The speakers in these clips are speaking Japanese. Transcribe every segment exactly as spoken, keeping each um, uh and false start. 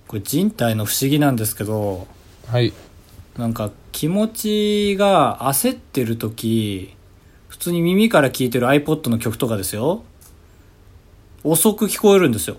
これ人体の不思議なんですけど、 はい。 なんか気持ちが焦ってる時、普通に耳から聴いてる iPod の曲とかですよ、遅く聞こえるんですよ。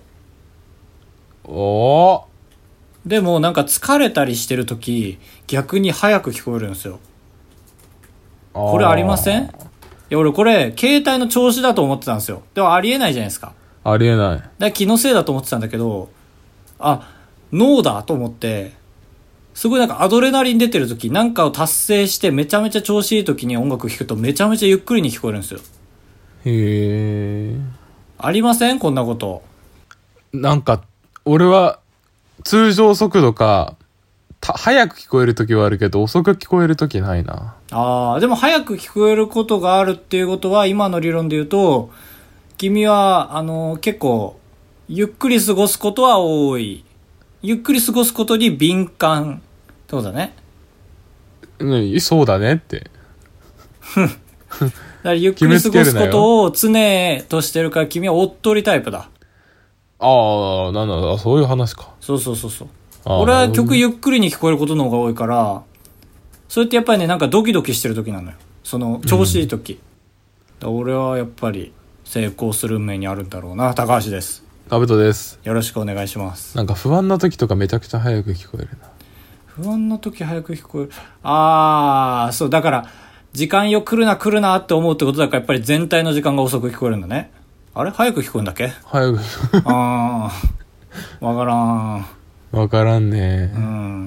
おー。 でもなんか疲れたりしてる時、逆に早く聞こえるんですよ。これありません？いや俺これ携帯の調子だと思ってたんですよ。でもありえないじゃないですか。 ありえない。 だから気のせいだと思ってたんだけど、あ、脳だと思って、すごいなんかアドレナリン出てる時、なんかを達成してめちゃめちゃ調子いい時に音楽聴くとめちゃめちゃゆっくりに聞こえるんですよ。 へー。 ありません？こんなこと。 なんか俺は通常速度かた早く聞こえるときはあるけど遅く聞こえるときないな。 あー、でも早く聞こえることがあるっていうことは、今の理論で言うと君はあの結構ゆっくり過ごすことは多い。ゆっくり過ごすことに敏感ってことだね。 うん、そうだねって。 だからゆっくり過ごすことを常としてるから、君はおっとりタイプだ。 ああ、なんだ、そういう話か。 そうそうそうそう。俺は曲ゆっくりに聞こえることの方が多いから、それってやっぱりね、なんかドキドキしてる時なのよ。その調子いい時。うん、だ俺はやっぱり成功する運命にあるんだろうな。高橋です。 カブトです。 よろしくお願いします。 なんか不安な時とかめちゃくちゃ早く聞こえるな。 不安な時早く聞こえる。あー、そうだから時間よ来るな来るなって思うってことだから、やっぱり全体の時間が遅く聞こえるんだね。あれ早く聞こえるんだっけ？ 早くあー、わからん。 わからんね。 うん。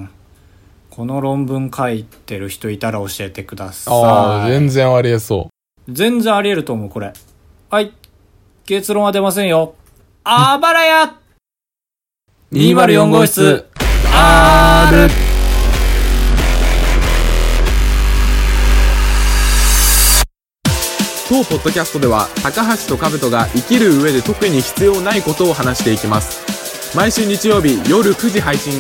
この論文書いてる人いたら教えてください。 ああ、全然ありえそう。 全然ありえると思うこれ。はい。結論は出ませんよ。あばらやにひゃくよん号室 R。 当ポッドキャストでは高橋と兜が生きる上で特に必要ないことを話していきます。毎週日曜日夜くじ配信。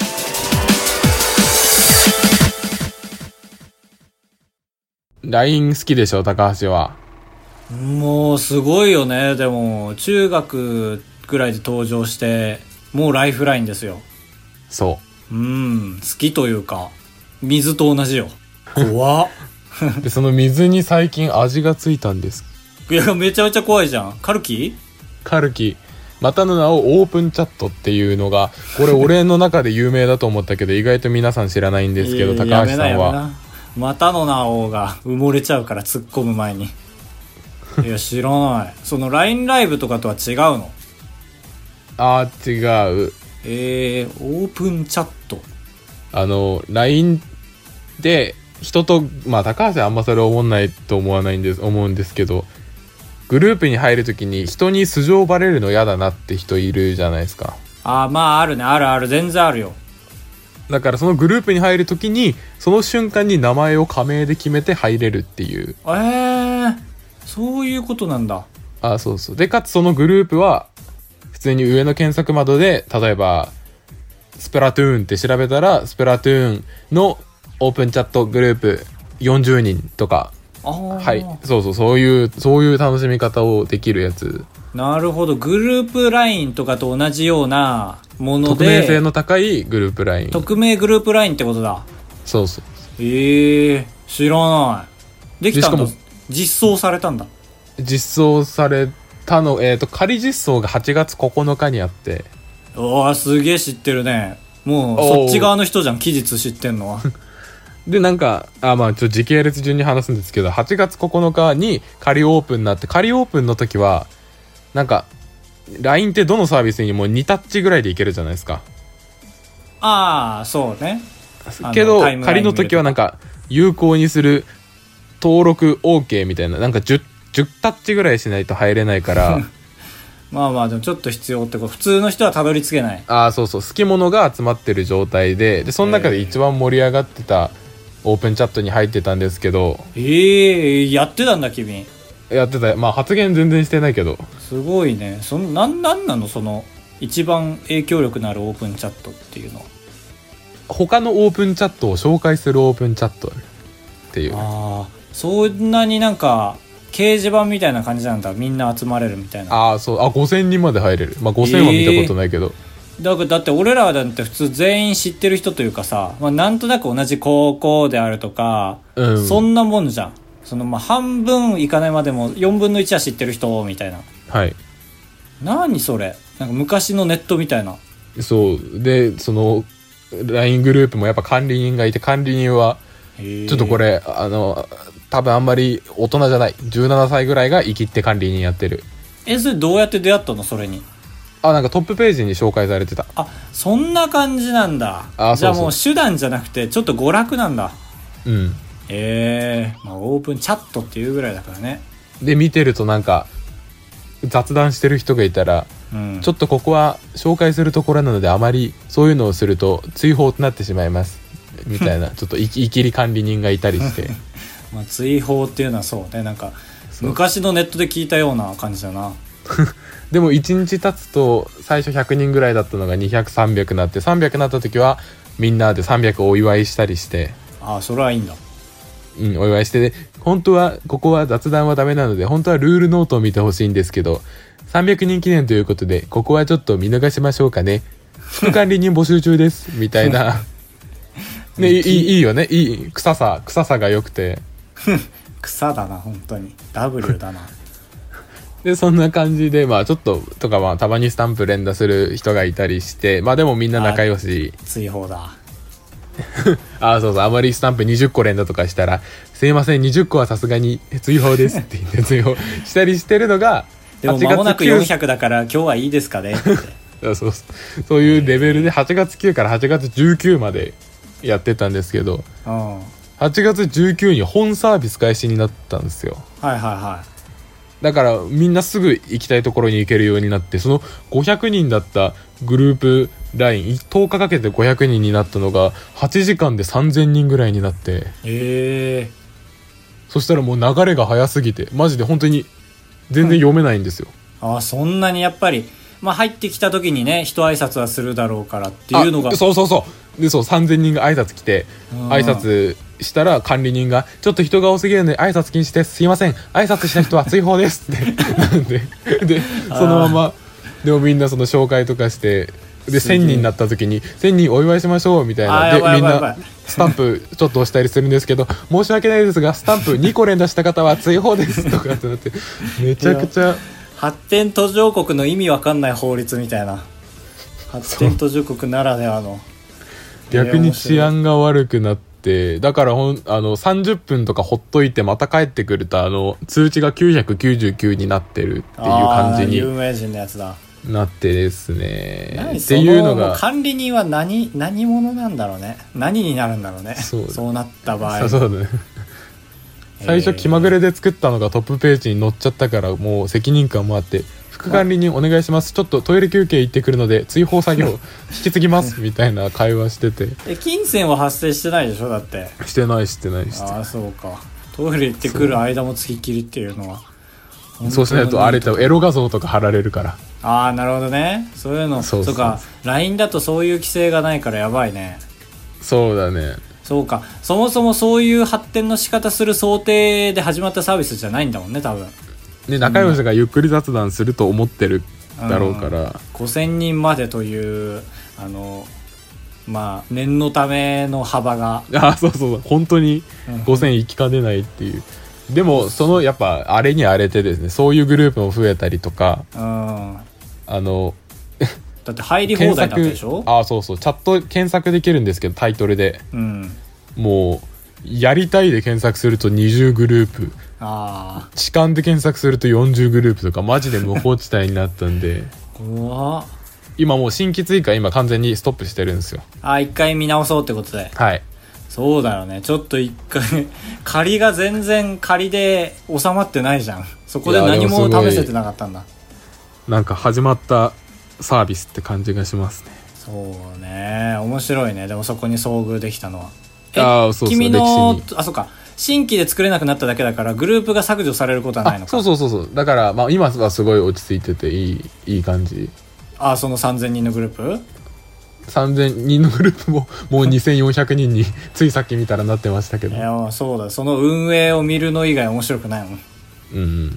ライン 好きでしょ高橋は。 もうすごいよね。でも中学ぐらいで登場してもうライフラインですよ。 そう。 うん、好きというか水と同じよ。怖っ。 でその水に最近味がついたんです。 いやめちゃめちゃ怖いじゃん。カルキ？ カルキ。またの名をオープンチャットっていうのが、これ俺の中で有名だと思ったけど意外と皆さん知らないんですけど、高橋さんはまたの名をが埋もれちゃうから突っ込む前に。いや知らない。その ライン ライブとかとは違うの？ あー違う。 えー、オープンチャット。 あの ライン で人と、まあ高橋はあんまそれ思んないと思わないんです思うんですけど、グループに入るときに人に素性バレるの嫌だなって人いるじゃないですか。 あーまああるね。あるある。全然あるよ。 だからそのグループに入るときにその瞬間に名前を仮名で決めて入れるっていう。 えー、そういうことなんだ。 あ、そうそう。でかつそのグループは普通に上の検索窓で例えばスプラトゥーンって調べたら、スプラトゥーンのオープンチャットグループよんじゅうにんとか。 あ、 はい、そうそう、そういうそういう楽しみ方をできるやつ。 なるほど。グループ ライン とかと同じようなもので、 匿名性の高いグループ ライン。 匿名グループ ライン ってことだ。 そうそう。 えー、知らない。できたんだ。 しかも実装されたんだ。 実装されたの、えっと仮実装がはちがつここのかにあって。 おー、すげえ知ってるね。もうそっち側の人じゃん、期日知ってんのは。 でなんかあまあちょっと時系列順に話すんですけど、はちがつここのかに仮オープンになって、仮オープンの時はなんか ライン ってどのサービスにもにタッチぐらいでいけるじゃないですか。 ああそうね。 けど仮の時はなんか有効にする登録 OK みたいな、なんか 10, じゅうタッチぐらいしないと入れないからまあまあでもちょっと必要ってこと。普通の人はたどり着けない。 ああそうそう、好き者が集まってる状態で、でその中で一番盛り上がってたオープンチャットに入ってたんですけど。 ええー、やってたんだ君。 やってた。まあ発言全然してないけど。 すごいね。そのなんなんなのその一番影響力のあるオープンチャットっていうのは。 他のオープンチャットを紹介するオープンチャットっていう。 ああ、そんなになんか掲示板みたいな感じなんだ。みんな集まれるみたいな。 ああそう。あごせんにんまで入れる。まあごせんは見たことないけど、 えだからだって俺らだって普通全員知ってる人というかさ、まあ、なんとなく同じ高校であるとか、うん、そんなもんじゃん。そのまあ半分いかないまでもよんぶんのいちは知ってる人みたいな。 はい。 何それ、なんか昔のネットみたいな。 そうで、その ライン グループもやっぱ管理人がいて、管理人はちょっとこれあの多分あんまり大人じゃない、じゅうななさいぐらいが生きって管理人やってる。 え、それどうやって出会ったの？それに。 あ、なんかトップページに紹介されてた。 あ、そんな感じなんだ。あ、じゃあもう手段じゃなくてちょっと娯楽なんだ。 うん。 えー、まあオープンチャットっていうぐらいだからね。 で見てるとなんか雑談してる人がいたら、うん、ちょっとここは紹介するところなのであまりそういうのをすると追放となってしまいますみたいなちょっといきり管理人がいたりしてまあ追放っていうのはそうね、なんか昔のネットで聞いたような感じだなでもいちにち経つと最初ひゃくにんぐらいだったのがにひゃく、さんびゃくなって、さんびゃくなった時はみんなでさんびゃくお祝いしたりして。 ああ、それはいいんだ。 うん、お祝いして、で本当はここは雑談はダメなので本当はルールノートを見てほしいんですけど、さんびゃくにん記念ということでここはちょっと見逃しましょうかね、副管理人募集中ですみたいなね、いい、いいよね、いい、臭さ臭さが良くて草だな本当に W だなでそんな感じで、まあちょっととか、まあたまにスタンプ連打する人がいたりして、まあでもみんな仲良し。 追放だあ、そうそう、あまりスタンプにじゅっこ連打とかしたら、すいませんにじゅっこはさすがに追放ですって言って追放したりしてるのが、 でも間もなくよんひゃくだから今日はいいですかねってそうそう、そういうレベルではちがつつくからはちがつじゅうくまでやってたんですけど、うん、はちがつじゅうくに本サービス開始になったんですよ。 はいはいはい。 だからみんなすぐ行きたいところに行けるようになって、そのごひゃくにんだったグループラインとおかかけてごひゃくにんになったのがはちじかんでさんぜんにんぐらいになって、 えー、 そしたらもう流れが早すぎてマジで本当に全然読めないんですよ、 うん、あ、そんなにやっぱり、まあ、入ってきた時にね一挨拶はするだろうからっていうのが、 そうそうそうで、そうさんぜんにんが挨拶来て挨拶したら管理人がちょっと人が多すぎるので挨拶禁止です、すいません挨拶した人は追放ですってなんででそのままでもみんなその紹介とかしてでせんにんになった時にせんにんお祝いしましょうみたいなでみんなスタンプちょっと押したりするんですけど申し訳ないですがスタンプにこ連打した方は追放ですとかってなってめちゃくちゃ発展途上国の意味わかんない法律みたいな、発展途上国ならではの逆に治安が悪くなって、だからほんあのさんじゅっぷんとかほっといてまた帰ってくるとあの通知がきゅうひゃくきゅうじゅうきゅうになってるっていう感じに有名人のやつだなってですねっていうのが、 管理人は何何者なんだろうね、何になるんだろうね、そう、そうなった場合。 そうだね最初気まぐれで作ったのがトップページに載っちゃったからもう責任感もあって副管理人お願いします、ちょっとトイレ休憩行ってくるので追放作業引き継ぎますみたいな会話しててえ金銭は発生してないでしょだって。 してないしてないしてない。 ああそうか、トイレ行ってくる間も付きっきりっていうのはそうしないとあれとエロ画像とか貼られるから。 ああなるほどね、そういうのそうそうか ライン だとそういう規制がないからやばいね。 そうだね、 そうか、そもそもそういう発展の仕方する想定で始まったサービスじゃないんだもんね多分ね。仲良しがゆっくり雑談すると思ってるだろうから、うん、 ごせんにんまでというあのまあ念のための幅があそうそう本当にごせん行きかねないっていう、うん、でもそのやっぱあれに荒れてですね、そういうグループも増えたりとか、うん、あのだって入り放題だったでしょ。 あそうそう、チャット検索できるんですけどタイトルで、うん、もうやりたいで検索するとにじゅうグループ、あ痴漢で検索するとよんじゅうグループとかマジで無法地帯になったんで怖っ。 今もう新規追加今完全にストップしてるんですよ。 あ一回見直そうってことで。 はい、 そうだよね、ちょっと一回仮が全然仮で収まってないじゃん。そこで何も試せてなかったんだ。 なんか始まったサービスって感じがしますね。 そうね、面白いね。でもそこに遭遇できたのはあそうそう、 君のあそうか新規で作れなくなっただけだからグループが削除されることはないのか。 そうそうそうそう、だから、まあ、今はすごい落ち着いてていいいい感じ。 あそのさんぜんにんのグループさんぜんにんのグループももうにせんよんひゃくにんについさっき見たらなってましたけど。 いやそうだ、その運営を見るの以外面白くないもん。 うん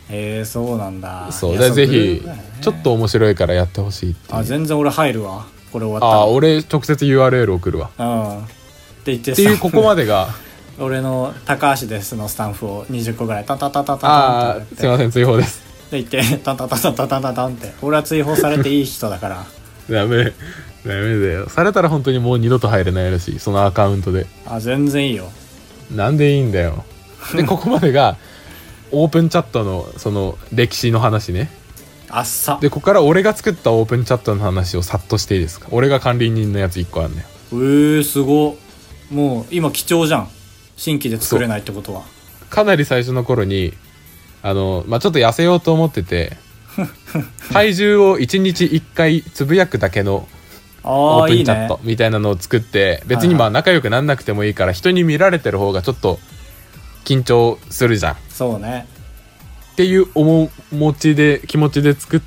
へえ、そうなんだ。 そういやでぜひ、 そうね、 ちょっと面白いからやってほしいっていう。 あ、全然俺入るわ、これ終わったら。 あ俺直接 ユーアールエル 送るわ。 うんって言ってっていうここまでが俺の高橋ですのスタンプをにじゅっこぐらいタンタンタンタンタンあってあすいません追放です。 で言ってタンタンタンタンタンタンタンタンって俺は追放されていい人だからダメダメだよ。されたら本当にもう二度と入れないらしい、そのアカウントで。 あ、全然いいよ。 なんでいいんだよ。でここまでがオープンチャットのその歴史の話ね。 あっさ。 でここから俺が作ったオープンチャットの話をさっとしていいですか。俺が管理人のやついっこあるんだよ。 えー、すご。もう今貴重じゃん、新規で作れないってことは。 かなり最初の頃にあの、まあ、ちょっと痩せようと思ってて体重をいちにちいっかいつぶやくだけのオープンチャットみたいなのを作って、別にまあ仲良くなんなくてもいいから人に見られてる方がちょっと緊張するじゃん。 そうね。 っていう面持ちで気持ちで作って、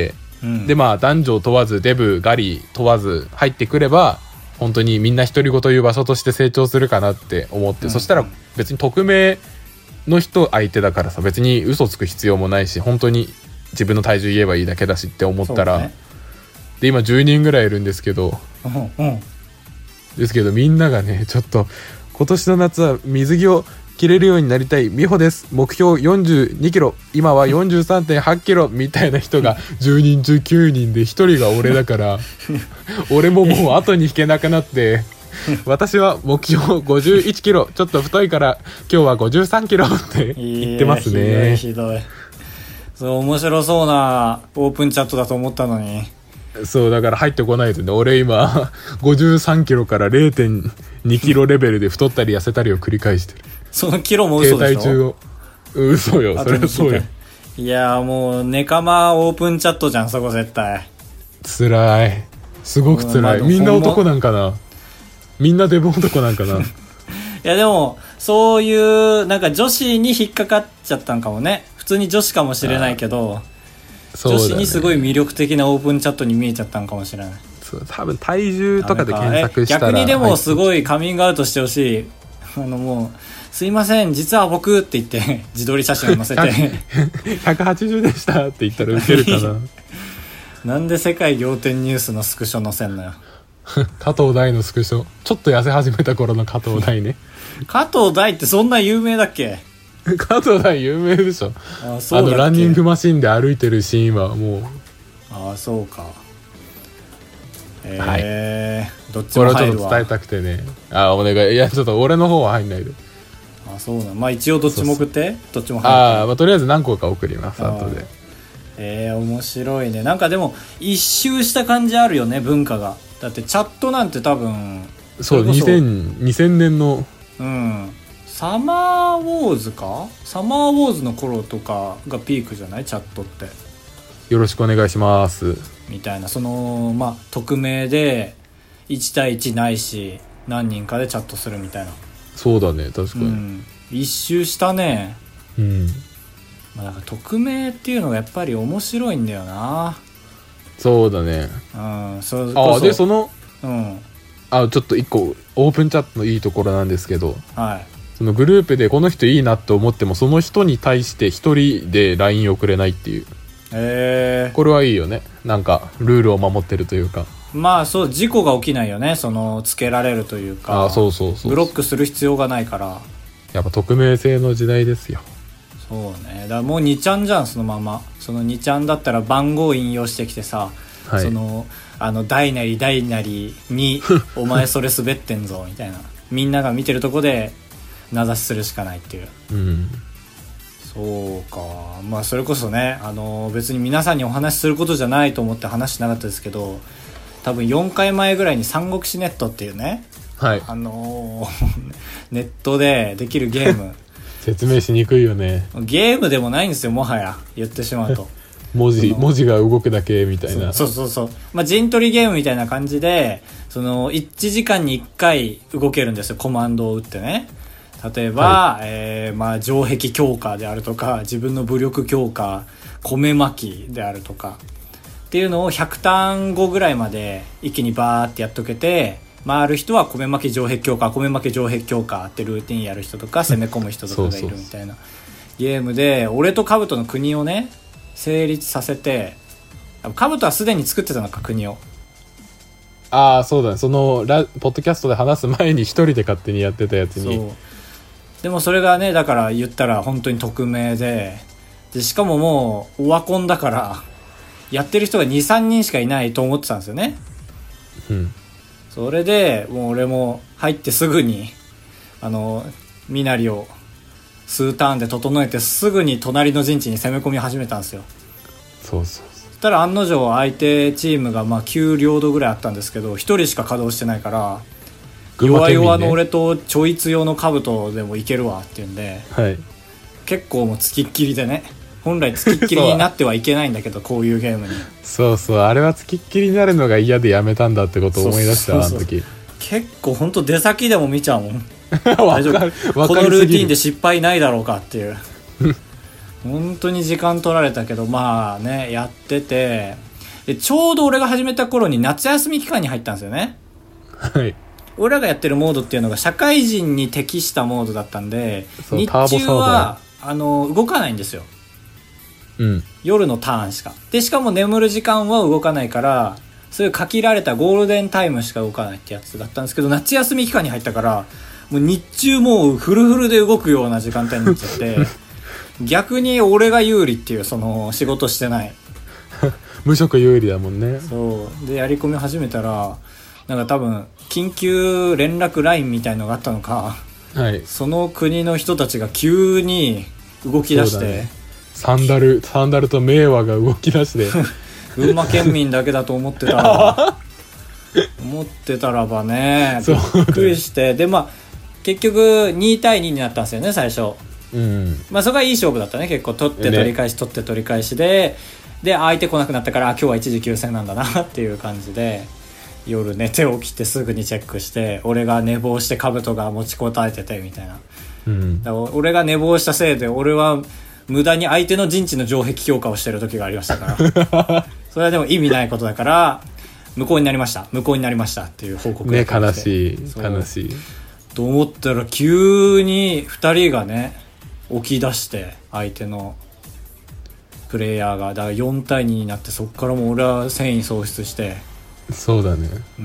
うん、でまあ男女問わずデブガリ問わず入ってくれば本当にみんな独り言言う場所として成長するかなって思って、うん、そしたら別に匿名の人相手だからさ、別に嘘つく必要もないし本当に自分の体重言えばいいだけだしって思ったら、ね、で今じゅうにんぐらいいるんですけど、 うんうん、 ですけどみんながねちょっと今年の夏は水着を着れるようになりたい美穂です、目標よんじゅうにキロ、今は よんじゅうさんてんはちキロみたいな人がじゅうにん中きゅうにんでひとりが俺だから俺ももう後に引けなくなって私は目標ごじゅういちキロ、ちょっと太いから今日はごじゅうさんキロって言ってますね。 ひどいひどい。そう面白そうなオープンチャットだと思ったのに。 そうだから入ってこないとね。俺今ごじゅうさんキロから れいてんにキロレベルで太ったり痩せたりを繰り返してる。 そのキロも嘘でしょ。 停滞中を嘘よ、それはそうよ。 いやもうネカマオープンチャットじゃんそこ絶対。 辛い、すごく辛い。みんな男なんかな、みんなデブ男なんかな。いやでもそういうなんか女子に引っかかっちゃったんかもね。普通に女子かもしれないけど、そうだね、女子にすごい魅力的なオープンチャットに見えちゃったんかもしれない。 そう多分体重とかで検索したら逆にでもすごいカミングアウトしてほしい。あのもうすいません実は僕って言って自撮り写真を載せてひゃくはちじゅうでしたって言ったらウケるかな。 なんで世界仰天ニュースのスクショ載せんのよ。 加藤大のスクショ、ちょっと痩せ始めた頃の加藤大ね。 加藤大ってそんな有名だっけ。 加藤大有名でしょ。 あ、そうだっけ。 あのランニングマシンで歩いてるシーンはもう。 ああそうか。えーはい、 どっちも入るわ。 これをちょっと伝えたくてね。あお願い。いやちょっと俺の方は入んないで。 あそうなの。まあ一応どっちも送って。どっちも入る。 ああ、まあ、とりあえず何個か送ります後で。 えー、面白いね。なんかでも一周した感じあるよね文化が。だってチャットなんて多分そうにせんねんのうんサマーウォーズかサマーウォーズの頃とかがピークじゃないチャットって。 よろしくお願いしますみたいな、そのまあ匿名でいち対いちないし何人かでチャットするみたいな。 そうだね確かに、うん、 一周したね。 うんまあ、なんか匿名っていうのがやっぱり面白いんだよな。 そうだね。 うん、それこそあでその、 うん、 あちょっと一個オープンチャットのいいところなんですけど、 はい、 そのグループでこの人いいなと思ってもその人に対して一人で ライン 送れないっていう。 へえ。 これはいいよね。なんかルールを守ってるというか。 まあそう事故が起きないよね。そのつけられるというか。 あそうそうそうそう。 ブロックする必要がないから。 やっぱ匿名性の時代ですよ。 そうね。だからもうにちゃんじゃんそのまま。そのにちゃんだったら番号引用してきてさ、はい、そのあの大なり大なりにお前それ滑ってんぞみたいなみんなが見てるとこで名指しするしかないっていう、 うん、 そうか。まあそれこそねあの別に皆さんにお話しすることじゃないと思って話しなかったですけど、多分よんかいまえぐらいに三国志ネットっていうね、 はい、 あのネットでできるゲーム説明しにくいよね。 ゲームでもないんですよもはや言ってしまうと文字文字が動くだけみたいな。 そうそうそうそう、まあ、陣取りゲームみたいな感じでそのいちじかんにいっかい動けるんですよコマンドを打ってね。例えば、はいえーまあ、城壁強化であるとか自分の武力強化米巻きであるとかっていうのをひゃくターンごぐらいまで一気にバーってやっとけて、回る人は米巻き城壁強化米巻き城壁強化ってルーティンやる人とか攻め込む人とかがいるみたいなゲームで俺とカブトの国をね成立させて、カブトはすでに作ってたのか国を。 ああそうだね、そのラポッドキャストで話す前に一人で勝手にやってたやつに。 そうでもそれがねだから言ったら本当に匿名で、でしかももうオワコンだからやってる人が に,さん 人しかいないと思ってたんですよね。 うん。 それでもう俺も入ってすぐにあの身なりを数ターンで整えてすぐに隣の陣地に攻め込み始めたんですよ。 そうそうそう。 そしたら案の定相手チームがまあきゅう領土ぐらいあったんですけどひとりしか稼働してないから、弱々の俺とちょい強の兜でもいけるわっていうんで、 はい、 結構もうつきっきりでね、本来つきっきりになってはいけないんだけどこういうゲームにそうそう、あれはつきっきりになるのが嫌でやめたんだってことを思い出した。あの時結構ほんと出先でも見ちゃうもん大丈夫このルーティンで失敗ないだろうかっていう本当に時間取られたけどまあねやってて、でちょうど俺が始めた頃に夏休み期間に入ったんですよね。 はい。 俺らがやってるモードっていうのが社会人に適したモードだったんで、日中はあの動かないんですよ。 うん。 夜のターンしか。でしかも眠る時間は動かないから、そういう限られたゴールデンタイムしか動かないってやつだったんですけど、夏休み期間に入ったからもう日中もうフルフルで動くような時間帯になっちゃって逆に俺が有利っていう、その仕事してない無職有利だもんね。 そうでやり込み始めたらなんか多分緊急連絡ラインみたいのがあったのか、 はい、 その国の人たちが急に動き出して、ね、 サンダルサンダルと明和が動き出して群馬県民だけだと思ってたら思ってたらばねびっくりして、でまあ結局に対にになったんですよね最初。 うん、 まあそこがいい勝負だったね。結構取って取り返し、ね、取って取り返しでで相手来なくなったから今日は一時休戦なんだなっていう感じで、夜寝て起きてすぐにチェックして、俺が寝坊して兜が持ちこたえててみたいな、うん、だから俺が寝坊したせいで俺は無駄に相手の陣地の城壁強化をしてる時がありましたからそれはでも意味ないことだから無効になりました無効になりましたっていう報告がね。悲しい悲しいと思ったら急にふたりがね起き出して、相手のプレイヤーがだからよん対にになって、そっからもう俺は戦意喪失して、 そうだね、 うん、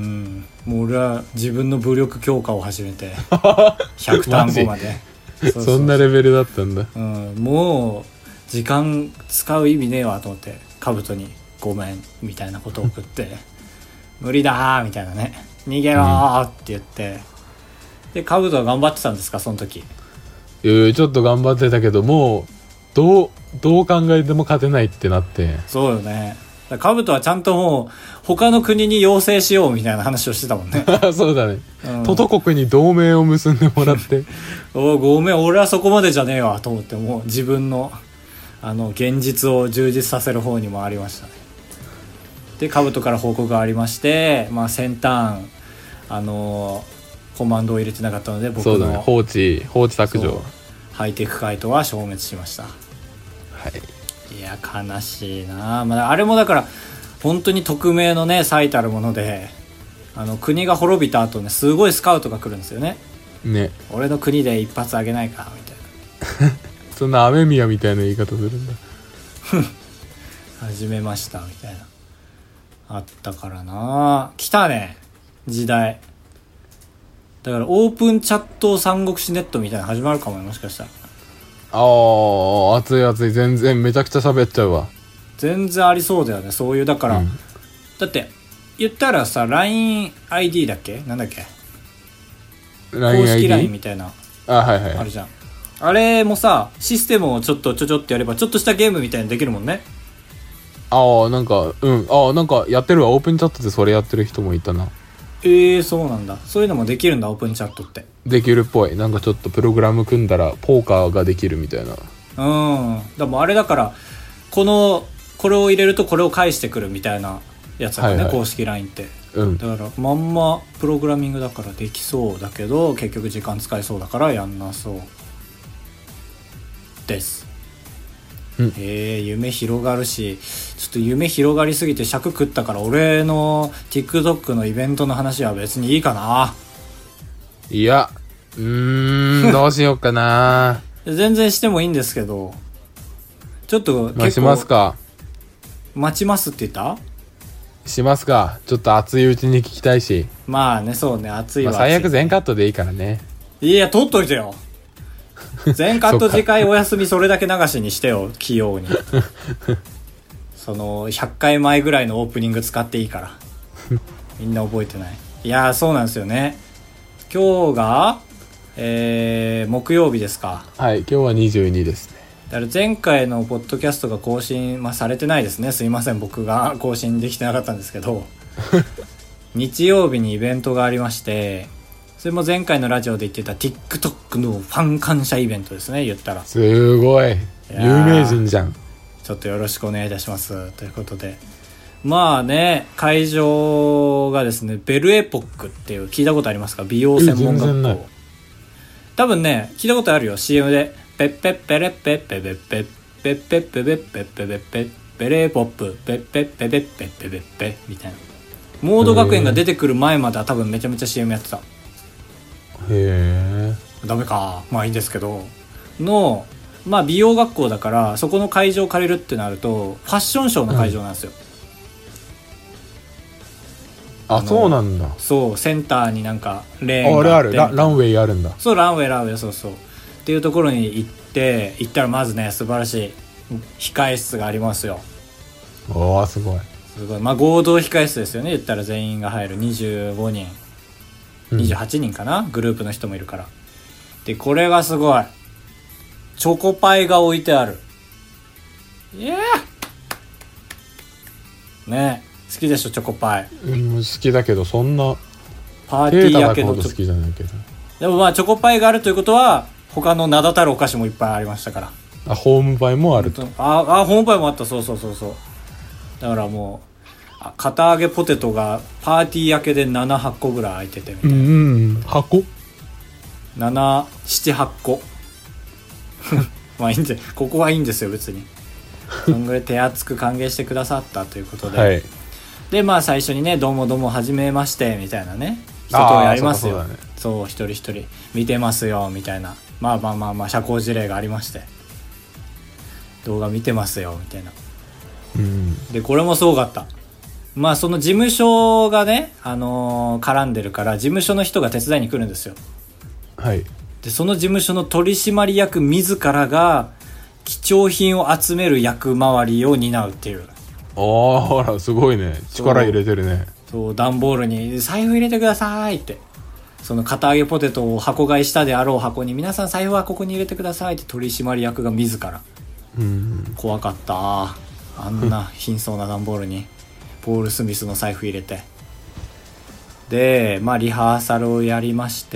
もう俺は自分の武力強化を始めてひゃくターン後までそうそうそう、そんなレベルだったんだ、 うん、もう時間使う意味ねえわと思って兜にごめんみたいなことを送って無理だーみたいなね、逃げろーって言って、うん、で兜は頑張ってたんですかその時。 いやちょっと頑張ってたけど、もうどうどう考えても勝てないってなって。 そうよね。兜はちゃんともう他の国に要請しようみたいな話をしてたもんねそうだね、うん、トト国に同盟を結んでもらっておごめん俺はそこまでじゃねえわと思って、もう自分のあの現実を充実させる方にもありましたね。で兜から報告がありまして、まあ、先端あのコマンドを入れてなかったので僕の、 そうだね、放置放置削除、 ハイテク回答は消滅しました。はい、いや悲しいな、まあ、あれもだから本当に匿名のね最たるもので、あの国が滅びた後ねすごいスカウトが来るんですよね。 ね、 俺の国で一発あげないかみたいなそんな雨宮みたいな言い方するんだ始めましたみたいなあったからな。来たね時代だから、オープンチャット三国志ネットみたいなの始まるかもよ、もしかしたら。 ああ、熱い熱い、全然めちゃくちゃ喋っちゃうわ。 全然ありそうだよね、そういう、だから、うん、だって言ったらさ ラインアイディー だっけ、なんだっけ、 ラインアイディー？ 公式 ライン みたいな、 あ、はいはい、 あるじゃん。あれもさシステムをちょっとちょちょってやればちょっとしたゲームみたいにできるもんね。 ああ、なんかうんああなんかやってるわ、オープンチャットでそれやってる人もいたな。 えー、そうなんだ。そういうのもできるんだ、オープンチャットって。 できるっぽい。なんかちょっとプログラム組んだらポーカーができるみたいな。 うん。でもあれだからこのこれを入れるとこれを返してくるみたいなやつだね、はいはい、公式 ライン って、うん、だからまんまプログラミングだからできそうだけど結局時間使いそうだからやんなそうです。うん、えー、夢広がるし、ちょっと夢広がりすぎて尺食ったから俺の TikTok のイベントの話は別にいいかな。 いや、うーんどうしようかな全然してもいいんですけど、ちょっと結構まあしますか。 待ちますって言った？ しますか。ちょっと熱いうちに聞きたいし。 まあね、そうね、暑いわ、 まあ、最悪全カットでいいからね。 いや、取っといてよ。全カット次回お休みそれだけ流しにしてよ、器用に。そのひゃっかいまえぐらいのオープニング使っていいからみんな覚えてない。いやー、そうなんですよね。今日が、えー、木曜日ですか。 はい、今日はにじゅうにですね。 だから前回のポッドキャストが更新、まあ、されてないですね。すいません、僕が更新できてなかったんですけど日曜日にイベントがありまして、それも前回のラジオで言ってた TikTok のファン感謝イベントですね、言ったら。 すごい有名人じゃん。 ちょっとよろしくお願いいたしますということで、まあね、会場がですね、ベルエポックっていう、聞いたことありますか？美容専門学校。多分ね、聞いたことあるよ、 シーエム で。ペッペッペレッペッペベッペッペッペッペベッペッペベッペッベレーポップペッペッペベッペッペベッペみたいな。モード学園が出てくる前までは多分めちゃめちゃ シーエム やってた。 へえ。 ダメか、まあいいんですけどの、まあ美容学校だからそこの会場を借りるってなるとファッションショーの会場なんですよ、 うん、ああそうなんだ。 そう、センターになんかレーンあがあって、 あれある ラ, ランウェイあるんだ。 そう、ランウェイランウェイ、そうそうっていうところに行って行ったら、まずね、素晴らしい控え室がありますよ。 おー、すごいすごい。まあ合同控え室ですよね、言ったら全員が入る。にじゅうごにん、にじゅうはちにんかな、うん、グループの人もいるから。でこれがすごい、チョコパイが置いてある。いやーね、好きでしょチョコパイ。 うん、好きだけどそんなパーティーやけど好きじゃないけど。 でもまあチョコパイがあるということは他の名だたるお菓子もいっぱいありましたから。 あ、ホームパイもあると。 ああ、ホームパイもあった。そうそうそうそう。だからもう片揚げポテトがパーティー焼けでななはっこぐらい入っててみたいな。 うんうん、箱なな、なな、はっこまあいいんで、ここはいいんですよ別に。そんぐらい手厚く歓迎してくださったということで、はい、でまあ最初にね、どうもどうもはじめましてみたいなね、一通りありますよ。そう、ね、そう、一人一人見てますよみたいな、まあまあまあまあ社交辞令がありまして、動画見てますよみたいな、うん、でこれもすごかった。まあその事務所がね、あのー、絡んでるから事務所の人が手伝いに来るんですよ。 はい。 でその事務所の取締役自らが貴重品を集める役回りを担うっていう。 あら、すごいね、力入れてるね。 そう、段ボールに財布入れてくださいって、その片揚げポテトを箱買いしたであろう箱に、皆さん財布はここに入れてくださいって取締役が自ら。うん、怖かった、あんな貧相な段ボールにポール・スミスの財布入れて。でまあリハーサルをやりまして、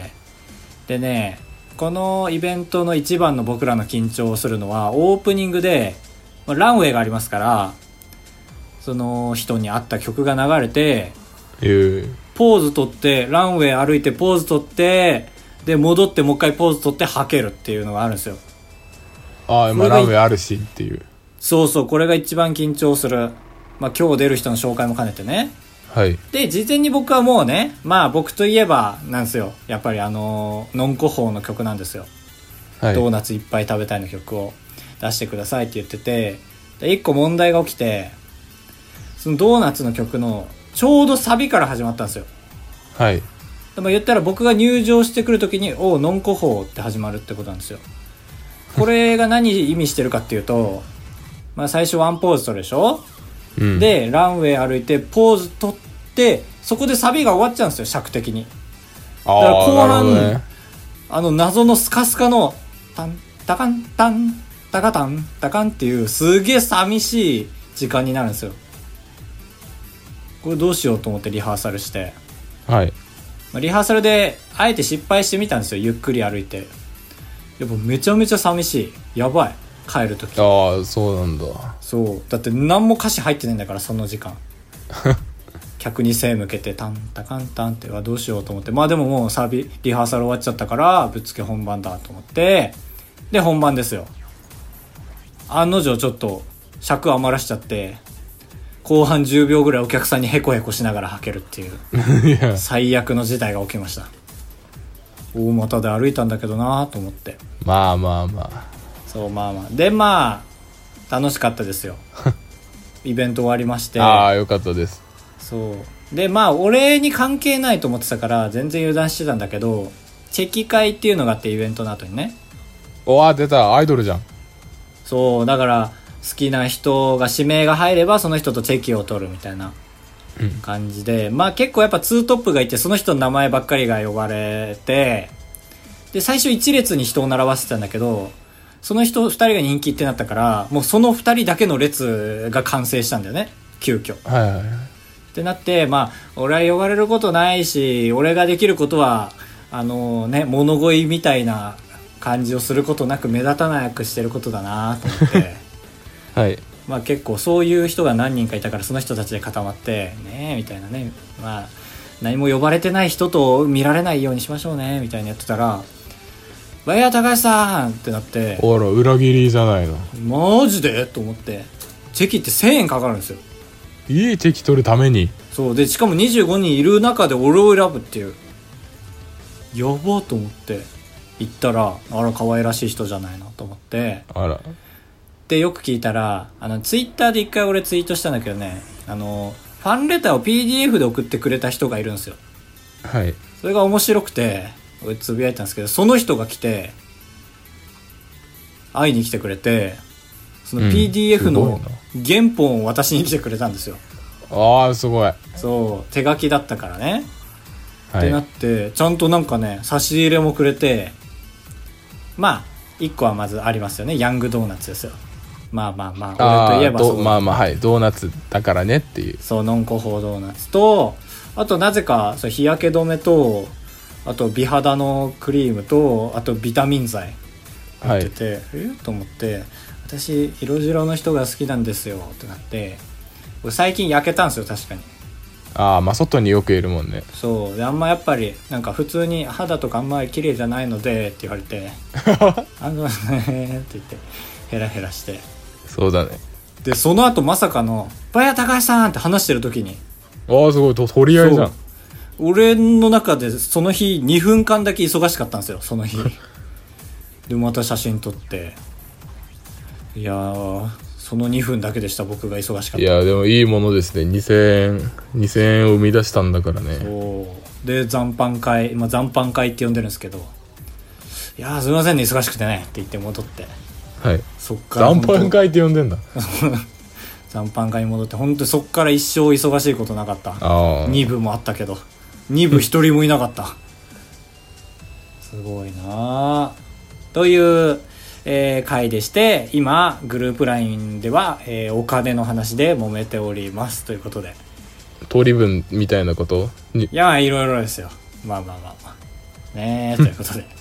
でね、このイベントの一番の僕らの緊張をするのはオープニングで、まあ、ランウェイがありますから、その人に合った曲が流れて、えー、ポーズ取って、ランウェイ歩いてポーズ取って、で戻ってもう一回ポーズ取ってはけるっていうのがあるんですよ。 ああ、まあランウェイあるしっていう。 そうそう、これが一番緊張する。まあ今日出る人の紹介も兼ねてね。 はい。 で事前に僕はもうね、まあ僕といえばなんですよ、やっぱりあのノンコホーの曲なんですよ、はい、ドーナツいっぱい食べたいの曲を出してくださいって言ってて、で一個問題が起きて、そのドーナツの曲のちょうどサビから始まったんですよ。 はい。 でも言ったら僕が入場してくる時におノンコホーって始まるってことなんですよ。これが何意味してるかっていうとまあ最初ワンポーズ取るでしょ、うん、でランウェイ歩いてポーズ取って、そこでサビが終わっちゃうんですよ、尺的に。だから後半、ね、あの謎のスカスカのタンタカンタンタカタンタカンっていうすげえ寂しい時間になるんですよ。これどうしようと思ってリハーサルして、 はい、 まあ、リハーサルであえて失敗してみたんですよ、ゆっくり歩いて。やっぱめちゃめちゃ寂しい、やばい、帰るとき。 ああ、そうなんだ。 そうだって何も歌詞入ってないんだから、その時間客に背向けてタンタカンタンってはどうしようと思って、まあでももうサビリハーサル終わっちゃったからぶっつけ本番だと思って、で本番ですよ。案の定ちょっと尺余らしちゃって、後半じゅうびょうぐらいお客さんにヘコヘコしながらはけるっていう最悪の事態が起きました。 大股で歩いたんだけどなと思って。 まあまあまあ。 そうまあまあでまあ楽しかったですよ。イベント終わりまして。 ああよかったです。 そうでまあ俺に関係ないと思ってたから全然油断してたんだけど、チェキ会っていうのがあって、イベントの後にね。 おわ出たアイドルじゃん。 そうだから好きな人が指名が入ればその人とチェキを取るみたいな感じで、うん、まあ結構やっぱツートップがいて、その人の名前ばっかりが呼ばれて、で最初一列に人を並ばせてたんだけど、その人二人が人気ってなったから、もうその二人だけの列が完成したんだよね、急遽。 はいはいはい。 ってなって、まあ俺は呼ばれることないし、俺ができることはあのね物乞いみたいな感じをすることなく目立たなくしてることだなと思ってはい。 まあ結構そういう人が何人かいたから、その人たちで固まってねえみたいなね、まあ何も呼ばれてない人と見られないようにしましょうねみたいにやってたら、わや高橋さんってなって、 ほら裏切りじゃないの。 マジでと思って、チェキってせんえんかかるんですよ。 いいチェキ取るために。 そうでしかもにじゅうごにんいる中で俺を選ぶっていう、やばと思って行ったら、あら可愛らしい人じゃないのと思って、 あらでよく聞いたら、あのツイッターで一回俺ツイートしたんだけどね、あのファンレターを ピーディーエフ で送ってくれた人がいるんですよ。 はい。 それが面白くて俺つぶやいたんですけど、その人が来て会いに来てくれて、その ピーディーエフ の原本を渡しに来てくれたんですよ。 ああすごい。 そう手書きだったからね、 はい、 ってなってちゃんとなんかね差し入れもくれて、まあいっこはまずありますよね、ヤングドーナツですよ。まあまあまあ俺といえばそう、 まあまあはいドーナツだからねっていう、 そうノンコホドーナツと、あとなぜかそう日焼け止めと、あと美肌のクリームと、あとビタミン剤入ってて、はい、えと思って、私色白の人が好きなんですよってなって、俺最近焼けたんですよ確かに。 ああまあ外によくいるもんね。 そうであんまやっぱりなんか普通に肌とかあんまり綺麗じゃないのでって言われてあのねって言ってヘラヘラして、 そうだね。 でその後まさかのバヤ高橋さんって話してる時に、 ああすごいと取り合いじゃん。 俺の中でその日にふんかんだけ忙しかったんですよその日でまた写真撮って、いやーそのにふんだけでした僕が忙しかった。 いやでもいいものですね。にせんえんにせんえんを生み出したんだからね。 そうで残飯会、まあ、残飯会って呼んでるんですけど、いやーすいませんね忙しくてねって言って戻って、 はい、 そっから残飯会って呼んでんだ残飯会に戻って、本当にそっから一生忙しいことなかった。 あに部もあったけどに部一人もいなかったすごいなという、えー、回でして、今グループ ライン では、えー、お金の話で揉めておりますということで、 取り分みたいなことに、 いやいろいろですよ。まあまあまあまあねえということで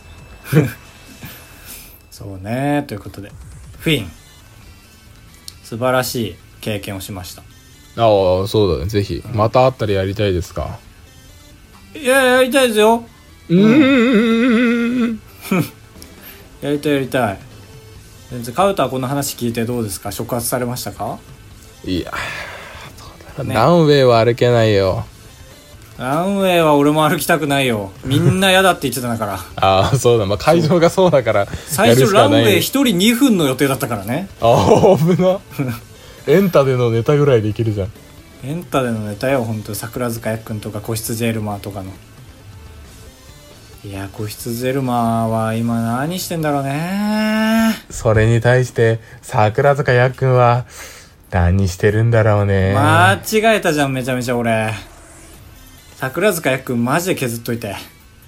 そうねということでフィン素晴らしい経験をしました。 ああそうだね、ぜひ、うん、また会ったらやりたいですか。 いややりたいですよ。 うーんやりたいやりたい。全然カウタはこの話聞いてどうですか、触発されましたか。 いやそうだ、ね、ランウェイは歩けないよ。 ランウェイは俺も歩きたくないよ、みんな嫌だって言ってたんだからああそうだ、まあ、会場がそうだから最初ランウェイひとりにふんの予定だったからね。 ああ危なエンタでのネタぐらいできるじゃん。 エンタでのネタよ本当。桜塚やっくんとか個室ジェルマーとかの。いや個室ジェルマーは今何してんだろうね。 それに対して桜塚やっくんは何してるんだろうね。 間違えたじゃんめちゃめちゃ俺。桜塚やっくんマジで削っといて。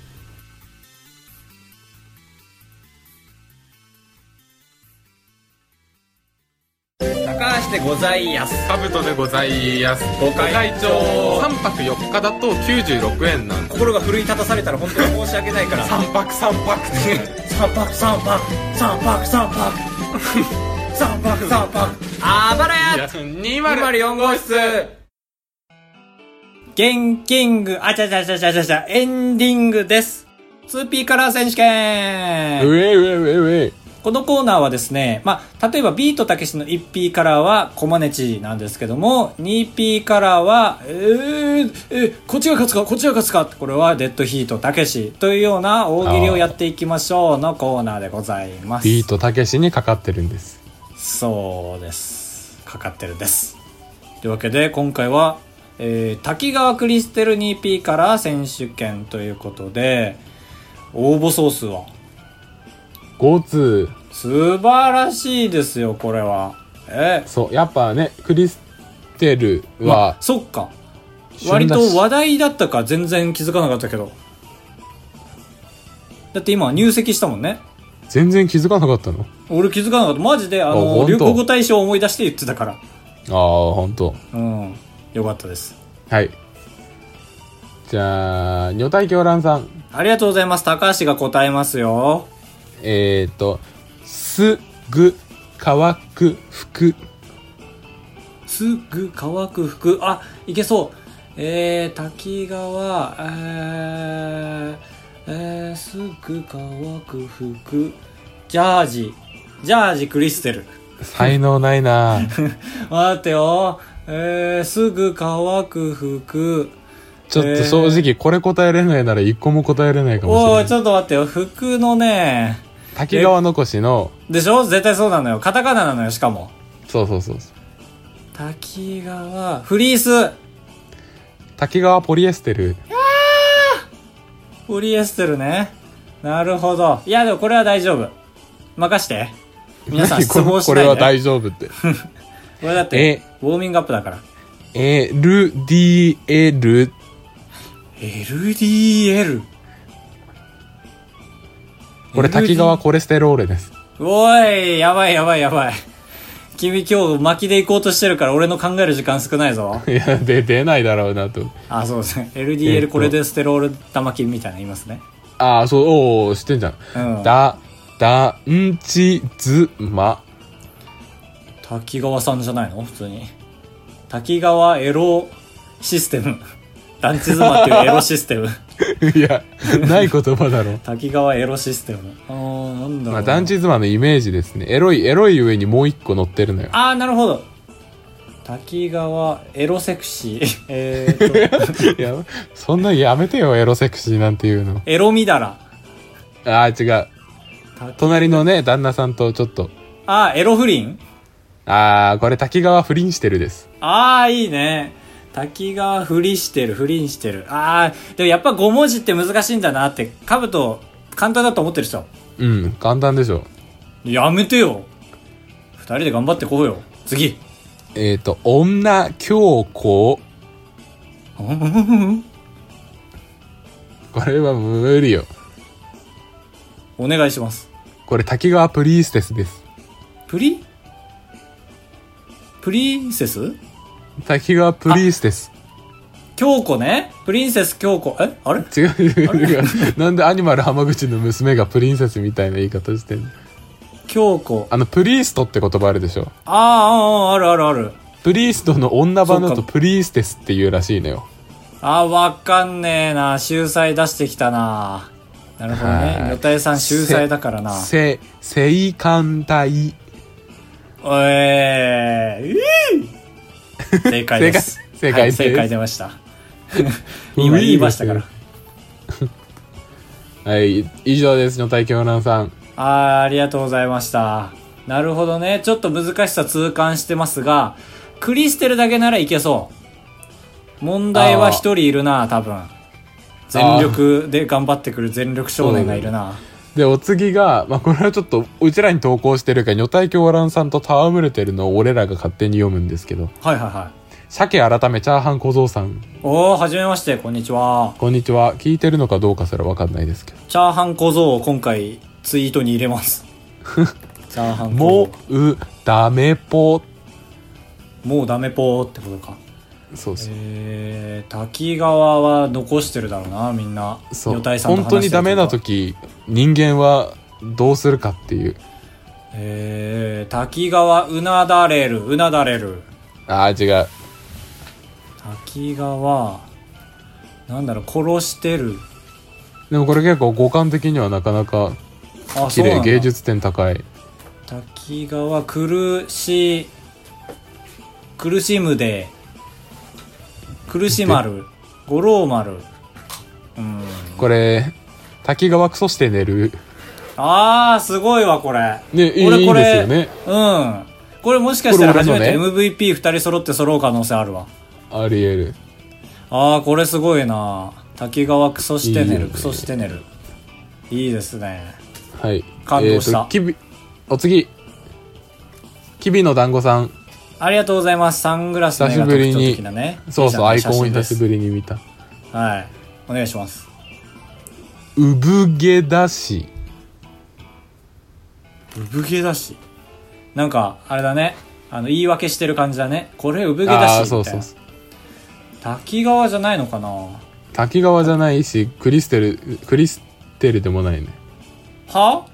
高橋でございやす。 カブトでございやす。ご会長さんぱくよっかだときゅうじゅうろくえんなんで。 心が奮い立たされたら本当に申し訳ないからさんぱくさんぱくさんぱくさんぱくさんぱくさんぱくさんぱくさんぱくあばらやにまるよん号室ゲンキングあちゃちゃちゃちゃちゃちゃエンディングです。 ツーピー カラー選手権。 うえうえうえうえ。 このコーナーはですね、まあ、例えばビートたけしの いちピー カラーはコマネチなんですけども、にピー カラーは、えー、えー、こっちが勝つか、こっちが勝つか、これはデッドヒートたけしというような大喜利をやっていきましょうのコーナーでございます。 ビートたけしにかかってるんです。 そうです。かかってるんです。というわけで、今回は、えー、滝川クリステル にピー カラー選手権ということで、応募総数はご通。 素晴らしいですよ、これは。えそう、やっぱね、クリステルは、まあ、 そっか。割と話題だったか全然気づかなかったけど。だって今入籍したもんね。 全然気づかなかったの？ 俺気づかなかった。マジで、あの、流行語大賞を思い出して言ってたから。ああ、ほんと。 うん。よかったです。 はい。じゃあ、女体狂乱さん。 ありがとうございます。高橋が答えますよ。 えーと、すぐ乾く服。 すぐ乾く服。あ、いけそう。えー、滝川、えー、えー、すぐ乾く服。ジャージ。ジャージクリステル。 才能ないな待ってよ。えー、すぐ乾く服。 ちょっと正直これ答えれないなら一個も答えれないかもしれない。 おー、ちょっと待ってよ。服のね、 滝川残しの。 でしょ？絶対そうなのよ。カタカナなのよ、しかも。 そうそうそう。 滝川、フリース。 滝川ポリエステル。 ポリエステルね。なるほど。いや、でもこれは大丈夫。任して。皆さん質問しないで。 これは大丈夫って。 これだって、ウォーミングアップだから。 エルディーエル。 エルディーエル。 これ滝川コレステロールです。 おい、やばいやばいやばい。君今日巻きで行こうとしてるから俺の考える時間少ないぞ。 いや、で、出ないだろうなと。 あ、そうですね。エルディーエルコレステロール玉金みたいなの言いますね。 ああ、そう、おー、知ってんじゃん。うん、だ、だんちずま。 滝川さんじゃないの普通に。滝川エロシステム。団地妻っていうエロシステム。 いや、ない言葉だろ。 滝川エロシステム。あー、なんだろう。 まあ、団地妻のイメージですね。エロい、エロい上にもう一個乗ってるのよ。 あー、なるほど。滝川エロセクシー。えーと。 いや、そんなやめてよ、エロセクシーなんていうの。 エロみだら。 あー、違う。隣のね、旦那さんとちょっと。 あー、エロ不倫？ あー、これ滝川不倫してるです。 あー、いいね。滝川不倫してる、不倫してる。あー、でもやっぱご文字って難しいんだなって、カブト簡単だと思ってる人。 うん、簡単でしょ。 やめてよ。二人で頑張ってこうよ。次。 えっ、ー、と、女強行。これは無理よ。 お願いします。 これ滝川プリーステスです。 プリプリンセス？ 滝川プリーステス。 京子ね。プリンセス京子。えあれ違う違う。なんでアニマル浜口の娘がプリンセスみたいな言い方してんの？ 京子。 あの、プリーストって言葉あるでしょ。 あーあー、あるあるある。 プリーストの女版だとプリーステスっていうらしいのよ。 あー、わかんねえな。秀才出してきたな。なるほどね。女体さん秀才だからな。 せ、性感帯。 おえー、正解です。 正解です。 はい、正解出ました。今言いましたから。 はい、以上です。女体狂乱さん。 あー、ありがとうございました。なるほどね。ちょっと難しさ痛感してますが、クリステルだけならいけそう。問題は一人いるな、多分。全力で頑張ってくる全力少年がいるな。 で、お次が、まあ、これはちょっと、うちらに投稿してるから、女体狂乱さんと戯れてるのを俺らが勝手に読むんですけど。 はいはいはい。 鮭改めチャーハン小僧さん。 おー、はじめまして、こんにちは。 こんにちは。聞いてるのかどうかすらわかんないですけど。 チャーハン小僧を今回、ツイートに入れます。チャーハン小僧。 もう、ダメぽ。 もうダメぽーってことか。 そうそう。 えー、滝川は残してるだろうな、みんな。 そう。 女体さんと話してる本当にダメな時、人間はどうするかっていう。 えー、滝川うなだれる、うなだれる。 あー、違う。 滝川、なんだろう、殺してる。 でもこれ結構五感的にはなかなか綺麗、芸術点高い。 滝川苦し苦しむで苦しまる五郎丸。うん。 これ滝川クソして寝る。 あーすごいわこれ。 ね、いい俺これですよね。 うん。これもしかしたら初めてこれ俺エムブイピーふたり揃って揃う可能性あるわ。 ありえる。 あーこれすごいな。滝川クソして寝る、 いいよねクソして寝る。いいですね。 はい。 感動した。 えーと、きび、お次。きびの団子さん。 ありがとうございます。サングラスの目が特徴的なね。 そうそう、アイコンをいいじゃん久しぶりに見た。 はい。お願いします。 産毛だし。 産毛だし。なんか、あれだね。あの、言い訳してる感じだね。これ産毛だしみたいな。 あ、そうそうそう。 滝川じゃないのかな。 滝川じゃないし、クリステル、クリステルでもないね。 は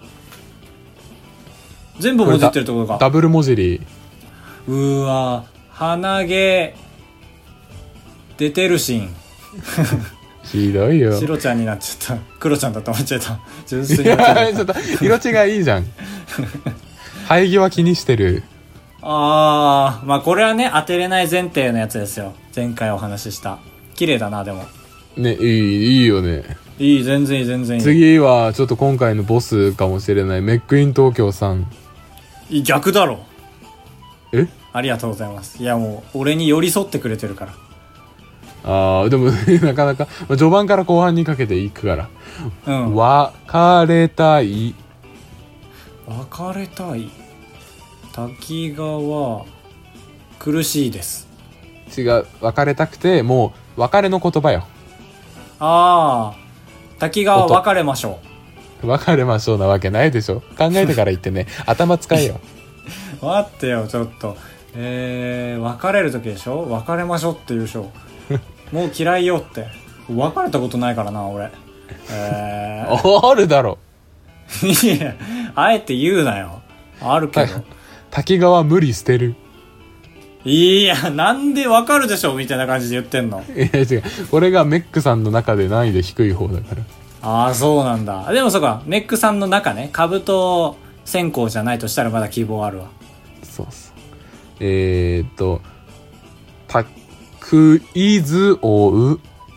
全部文字ってるってことか。 ダブル文字り。 うーわ、鼻毛、出てるしん。 ひどいよ。 白ちゃんになっちゃった。黒ちゃんだと思っちゃった。純粋いに間違えた。 やちょっと色違いいいじゃん。生え際気にしてる。 あー、まあこれはね、当てれない前提のやつですよ。前回お話しした。綺麗だな、でも。 ね、いい、いいよね。 いい、全然いい、全然いい。 次は、ちょっと今回のボスかもしれない、メックイン東京さん。 いい、逆だろ。 えありがとうございます。いやもう、俺に寄り添ってくれてるから。 あー、でも、なかなか、まあ序盤から後半にかけていくから。 うん。 別れたい。 別れたい。滝川、苦しいです。 違う、別れたくて、もう、別れの言葉よ。 あー、滝川音別れましょ別れましょうなわけないでしょ。考えてから言ってね。頭使えよ。 う。待ってよ、ちょっと。えー、別れる時でしょ。別れましょうって言うでしょ。もう嫌いよって。別れたことないからな、俺。えー、 あるだろ。 いや、あえて言うなよ。あるけど。 滝川無理捨てる。 いや、なんでわかるでしょみたいな感じで言ってんの。 いや違う。これがメックさんの中で難易度低い方だから。 ああ、そうなんだ。でもそうか、メックさんの中ね、兜先行じゃないとしたらまだ希望あるわ。 そうそう。えーっと、たクイズ王。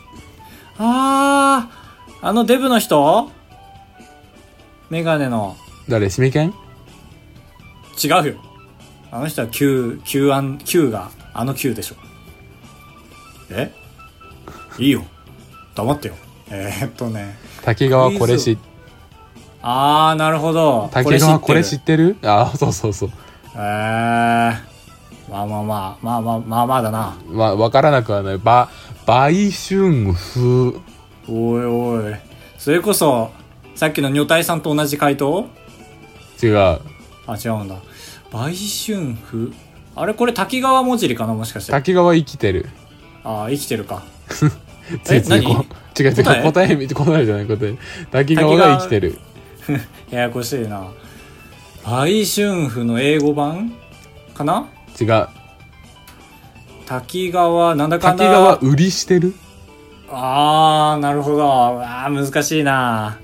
あー、あのデブの人メガネの。 誰シミケン？ 違うよ。あの人は Q、Q アン、Q があの Q でしょ。えいいよ。黙ってよ。えー、っとね。 滝川これ知あー、なるほど。 滝川これ知ってる？あー、そうそうそう。 えー、まあまあまあ、まあまあまあまあだな。 まあ、わからなくはない。ば、売春婦。 おいおい。それこそ、さっきの女体さんと同じ回答？ 違う。 あ、違うんだ。売春婦？あれこれ滝川文字りかなもしかして。 滝川生きてる。 ああ、生きてるか。 ついついこう違う違う、答え答え見て、答えじゃない答え。滝川が生きてる。 ややこしいな。売春婦の英語版かな？ 違う。 滝川、なんだかんだ。 滝川売りしてる？ あー、なるほど。あー、難しいな。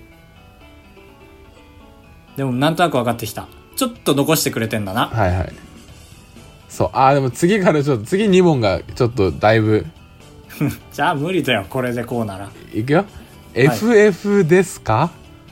でもなんとなく分かってきた。ちょっと残してくれてんだな。 はいはい。そう。あー、でも次からちょっと、次に問がちょっとだいぶ。 じゃあ無理だよ、これでこうなら。 いくよ。はい、エフエフ ですか？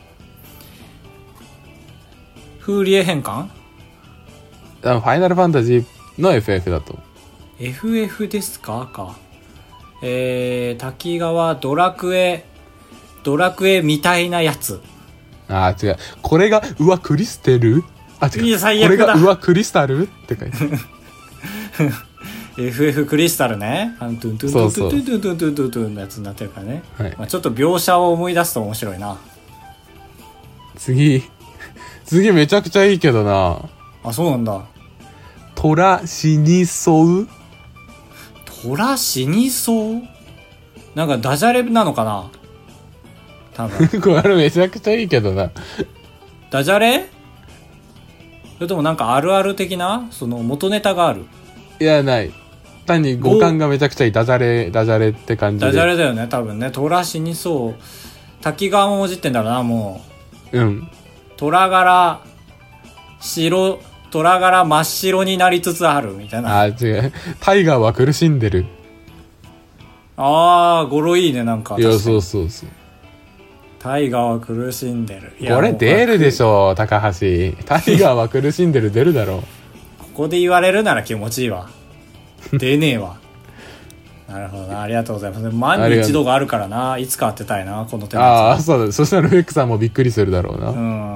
フーリエ変換？ あのファイナルファンタジーの エフエフ だと。 エフエフ ですかか。えー、滝川ドラクエ、ドラクエみたいなやつ。 あー、違う。これが、うわ、クリステル？あ、違う。 いや、最悪だ。 これが、うわ、クリスタルって書いてある。 エフエフ クリスタルね。あのトゥントゥントゥントゥントゥントゥントゥントゥントゥントゥンのやつになってるからね。 はい。 まあ、ちょっと描写を思い出すと面白いな。 次。次めちゃくちゃいいけどな。 あ、そうなんだ。 虎死にそう？ 虎死にそう？なんかダジャレなのかな多分。 これめちゃくちゃいいけどな。 ダジャレ？それともなんかあるある的なその元ネタがある？ いや、ない。単に五感がめちゃくちゃいい。ダジャレ、ダジャレって感じで。 ダジャレだよね、多分ね。虎死にそう。滝川もじってんだろうな、もう。うん。 虎柄、白、 虎柄真っ白になりつつあるみたいな。 あ違う、タイガーは苦しんでる。 あー語呂いいね、なんか。 いやそうそうそう、 タイガーは苦しんでる。いやこれ出るでしょ高橋。タイガーは苦しんでる出るだろう。 ここで言われるなら気持ちいいわ。出ねえわ。なるほどな、ありがとうございます。万に一度があるからな、いつか当てたいなこの手のやつ。 ああそうだ、そしたらルエックさんもびっくりするだろうな。 うん。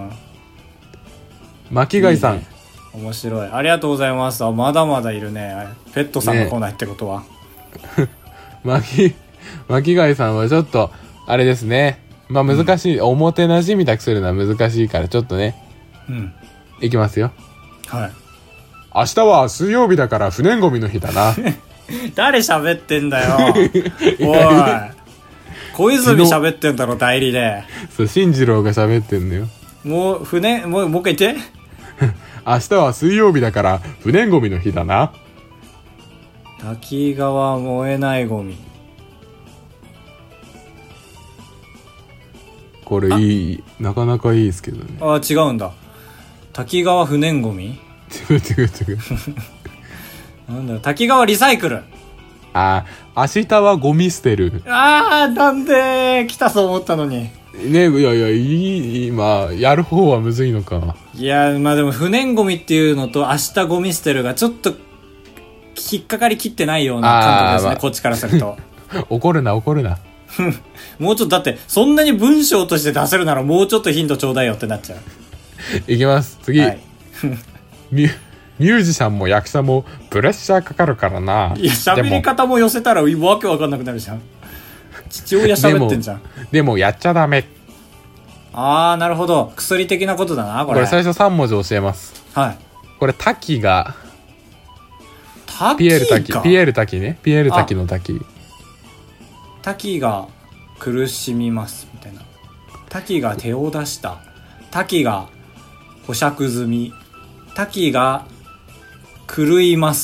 巻貝さん、いいね、 面白い、ありがとうございます。あ、まだまだいるね。ペットさんが来ないってことは、 ね、巻巻貝さんはちょっとあれですね、まあ難しい、うん、おもてなしみたくするのは難しいからちょっとね、うんいきますよ。 はい。 明日は水曜日だから不燃ゴミの日だな。 誰喋ってんだよ。おい、小泉喋ってんだろ代理で。 そう、進次郎が喋ってんのよ。 もう不燃、もうもう一回言って。 明日は水曜日だから不燃ゴミの日だな。 滝川燃えないゴミ。 これいい、なかなかいいですけどね。 ああ違うんだ。滝川不燃ゴミ。 違う違う違う。 なんだよ、滝川リサイクル。 ああ、明日はゴミ捨てる。 ああ、なんで来たと思ったのに。 ね、いやいや、いい、まあ、やる方はむずいのか。 いや、まあでも不燃ゴミっていうのと明日ゴミ捨てるがちょっと引っかかりきってないような感覚ですね、まあ、こっちからすると。 怒るな怒るな。 もうちょっと、だってそんなに文章として出せるならもうちょっとヒントちょうだいよってなっちゃう。 いきます、次。はい、ミュミュージシャンも役者もプレッシャーかかるからな。 いや、喋り方も寄せたらわけわかんなくなるじゃん。父親喋ってんじゃん。 でも、でもやっちゃダメ。 あー、なるほど。薬的なことだな、これ。 これ最初さん文字教えます。 はい。 これ滝が、 滝ピエール滝、ピエール滝ね。ピエール滝の滝。 滝が苦しみますみたいな。滝が手を出した。滝が保釈済み。滝が狂います。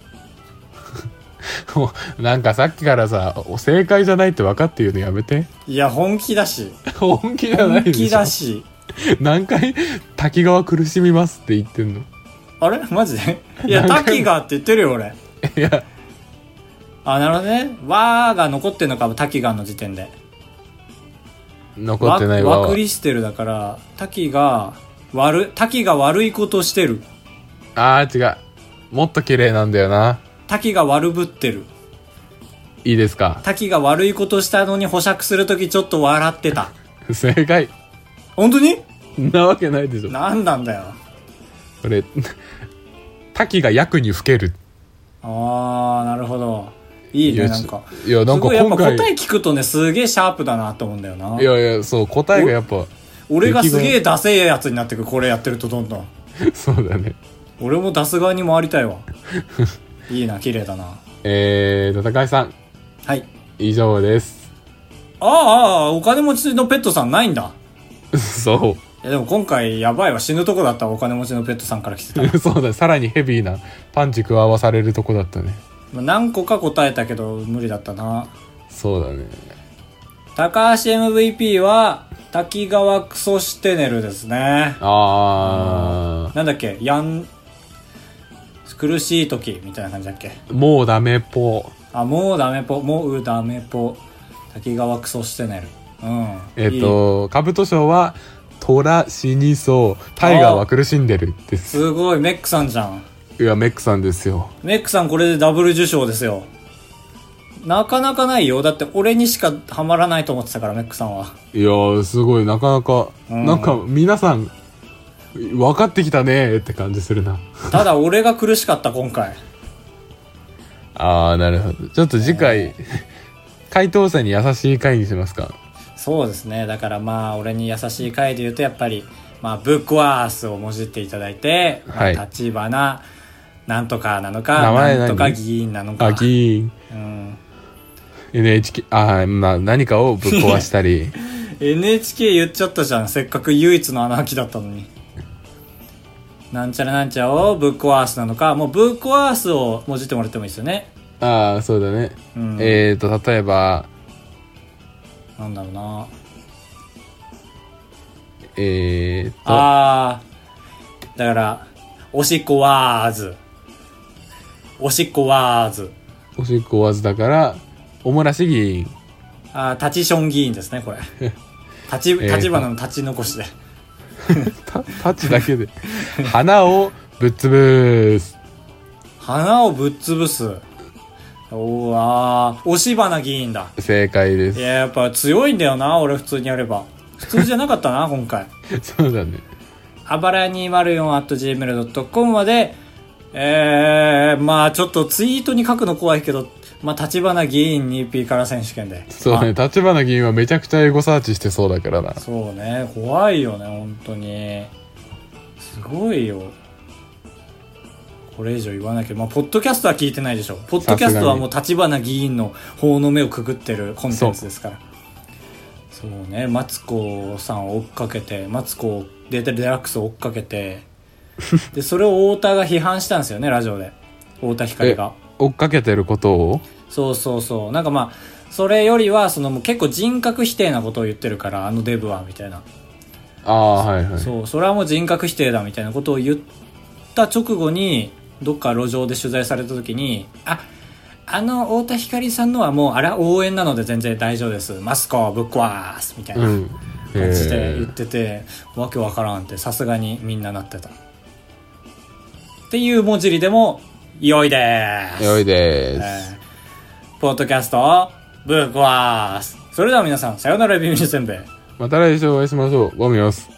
なんかさっきからさ、正解じゃないって分かって言うのやめて。 いや本気だし。 本気じゃないでしょ。 本気だし。 何回滝川苦しみますって言ってんの。 あれマジで。いや滝がって言ってるよ俺。 いや、 あ、なるほどね。わーが残ってんのかも、滝がの時点で。 残ってないわ。 わクリステルだから滝が悪滝が悪いことしてる。 あー違う、もっと綺麗なんだよな。 滝が悪ぶってる。 いいですか。 滝が悪いことしたのに保釈するときちょっと笑ってた。 正解。 本当に？ なわけないでしょ。 なんなんだよこれ。滝が役にふける。 あー、なるほど。いいね。なんかいや、なんか今回やっぱ答え聞くとね、すげえシャープだなと思うんだよな。 いやいや、そう、答えがやっぱ俺がすげえダセえやつになってく、これやってるとどんどん。 そうだね。 俺も出す側に回りたいわ。いいな、綺麗だな。 えーと、高橋さん。 はい。 以上です。 ああ、お金持ちのペットさんないんだ。 そう。 いやでも今回やばいわ、死ぬとこだったわ、お金持ちのペットさんから来てた。 そうだ、さらにヘビーなパンチ加わされるとこだったね。 何個か答えたけど無理だったな。 そうだね。 高橋 エムブイピー は滝川クソシテネルですね。 あー、 なんだっけ、やん苦しい時みたいな感じだっけ。 もうダメぽ。 あ、もうダメぽ、もうダメぽ、滝川クソしてねる。うん。 えっ、ー、と、カブト賞は、虎死にそう、タイガーは苦しんでるです。 すごい、メックさんじゃん。 いや、メックさんですよ。 メックさんこれでダブル受賞ですよ。なかなかないよ。だって俺にしかハマらないと思ってたから、メックさんは。 いやー、すごい、なかなか、うん、なんか皆さん、分かってきたねーって感じするな。 ただ俺が苦しかった、今回。 あー、なるほど。ちょっと次回、回答者に優しい回にしますか。 そうですね。だからまあ、俺に優しい回で言うと、やっぱり、まあ、ブックワースをもじっていただいて、 はい。 立花、なんとかなのか、なんとか議員なのか。 あ、議員。うん。エヌエイチケー、あ、まあ、何かをぶっ壊したり。 エヌエイチケー 言っちゃったじゃん。せっかく唯一の穴開きだったのに。なんちゃらなんちゃらをぶっ壊すなのか、もうぶっ壊すをもじってもらってもいいですよね。 ああ、そうだね。うん、えーと、例えば、 なんだろうな。 えーと。 ああ、だから、 おしっこワーズ。おしっこワーズ。 おしっこわずだから、おもらし議員。 あ、タチション議員ですね、これ。立ち、立花の立ち残しで。 た、立ちだけで。花をぶっつぶす。 花をぶっ潰す。おわー、押し花議員だ。 正解です。 いや、やっぱ強いんだよな、俺普通にやれば。普通じゃなかったな、今回。 そうだね。 あばらや にまるよん アット ジーメール ドット コム まで、えー、まあちょっとツイートに書くの怖いけど、まあ立花議員 にピー から選手権で。 そうね、立花議員はめちゃくちゃエゴサーチしてそうだからな。 そうね、怖いよね、本当に。すごいよ。これ以上言わなきゃ。まあ、ポッドキャストは聞いてないでしょ。ポッドキャストはもう立花議員の法の目をくぐってるコンテンツですから。そう、そうね、マツコさんを追っかけて、マツコデータデラックスを追っかけて、で、それを太田が批判したんですよね、ラジオで。太田光が。 追っかけてることをそうそうそう。なんかまあ、それよりは、そのもう結構人格否定なことを言ってるから、あのデブは、みたいな。 ああ、はいはい。 そう、それはもう人格否定だ、みたいなことを言った直後に、どっか路上で取材された時に、あ、あの太田光さんのはもうあれは応援なので全然大丈夫です、マスコぶっ壊すみたいな感じで言ってて、うん、わけわからんってさすがにみんななってたっていう文字りでも良いです良いです、 えー、ポッドキャストをぶっ壊す。それでは皆さんさよならビビリせんべい。 また来週お会いしましょう。ボミオス。